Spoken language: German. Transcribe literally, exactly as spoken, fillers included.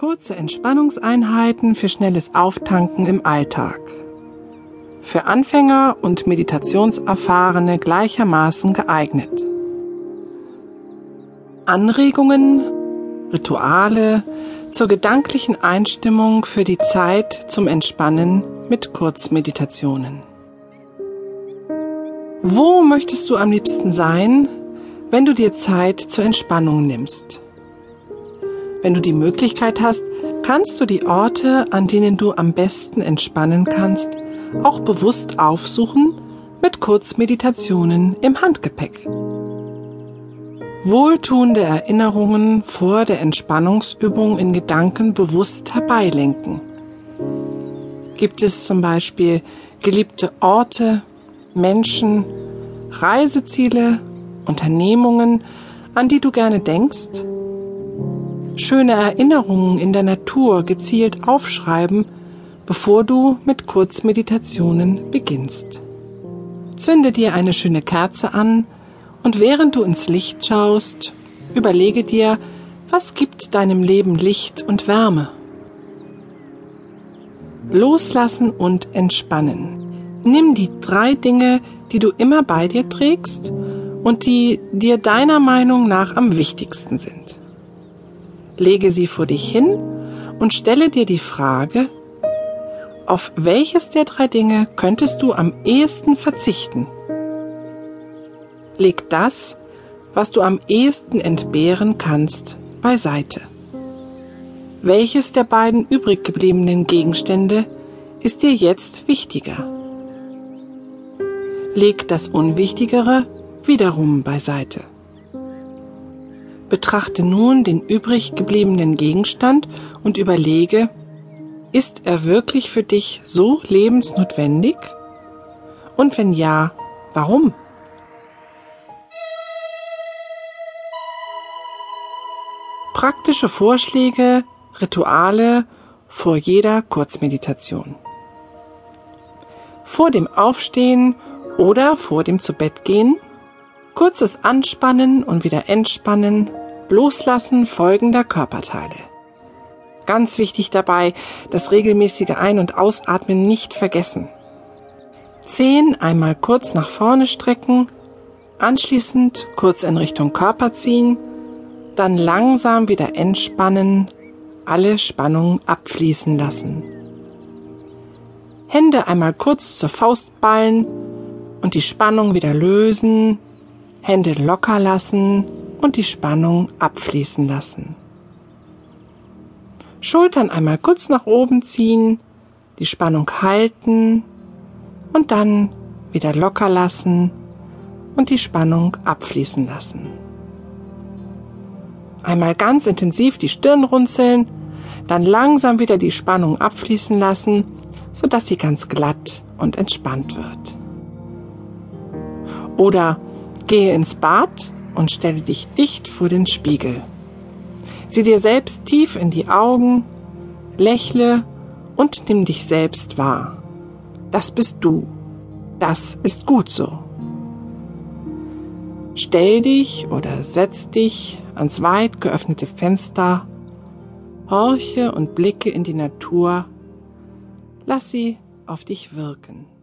Kurze Entspannungseinheiten für schnelles Auftanken im Alltag. Für Anfänger und Meditationserfahrene gleichermaßen geeignet. Anregungen, Rituale zur gedanklichen Einstimmung für die Zeit zum Entspannen mit Kurzmeditationen. Wo möchtest du am liebsten sein, wenn du dir Zeit zur Entspannung nimmst? Wenn du die Möglichkeit hast, kannst du die Orte, an denen du am besten entspannen kannst, auch bewusst aufsuchen mit Kurzmeditationen im Handgepäck. Wohltuende Erinnerungen vor der Entspannungsübung in Gedanken bewusst herbeilenken. Gibt es zum Beispiel geliebte Orte, Menschen, Reiseziele, Unternehmungen, an die du gerne denkst? Schöne Erinnerungen in der Natur gezielt aufschreiben, bevor du mit Kurzmeditationen beginnst. Zünde dir eine schöne Kerze an und während du ins Licht schaust, überlege dir, was gibt deinem Leben Licht und Wärme? Loslassen und entspannen. Nimm die drei Dinge, die du immer bei dir trägst und die dir deiner Meinung nach am wichtigsten sind. Lege sie vor dich hin und stelle dir die Frage, auf welches der drei Dinge könntest du am ehesten verzichten? Leg das, was du am ehesten entbehren kannst, beiseite. Welches der beiden übrig gebliebenen Gegenstände ist dir jetzt wichtiger? Leg das Unwichtigere wiederum beiseite. Betrachte nun den übrig gebliebenen Gegenstand und überlege, ist er wirklich für dich so lebensnotwendig? Und wenn ja, warum? Praktische Vorschläge, Rituale vor jeder Kurzmeditation. Vor dem Aufstehen oder vor dem Zubettgehen, kurzes Anspannen und wieder Entspannen, Loslassen folgender Körperteile. Ganz wichtig dabei, das regelmäßige Ein- und Ausatmen nicht vergessen. Zehen einmal kurz nach vorne strecken, anschließend kurz in Richtung Körper ziehen, dann langsam wieder entspannen, alle Spannung abfließen lassen. Hände einmal kurz zur Faust ballen und die Spannung wieder lösen, Hände locker lassen und die Spannung abfließen lassen. Schultern einmal kurz nach oben ziehen, die Spannung halten und dann wieder locker lassen und die Spannung abfließen lassen. Einmal ganz intensiv die Stirn runzeln, dann langsam wieder die Spannung abfließen lassen, sodass sie ganz glatt und entspannt wird. Oder gehe ins Bad und stelle dich dicht vor den Spiegel. Sieh dir selbst tief in die Augen, lächle und nimm dich selbst wahr. Das bist du. Das ist gut so. Stell dich oder setz dich ans weit geöffnete Fenster, horche und blicke in die Natur. Lass sie auf dich wirken.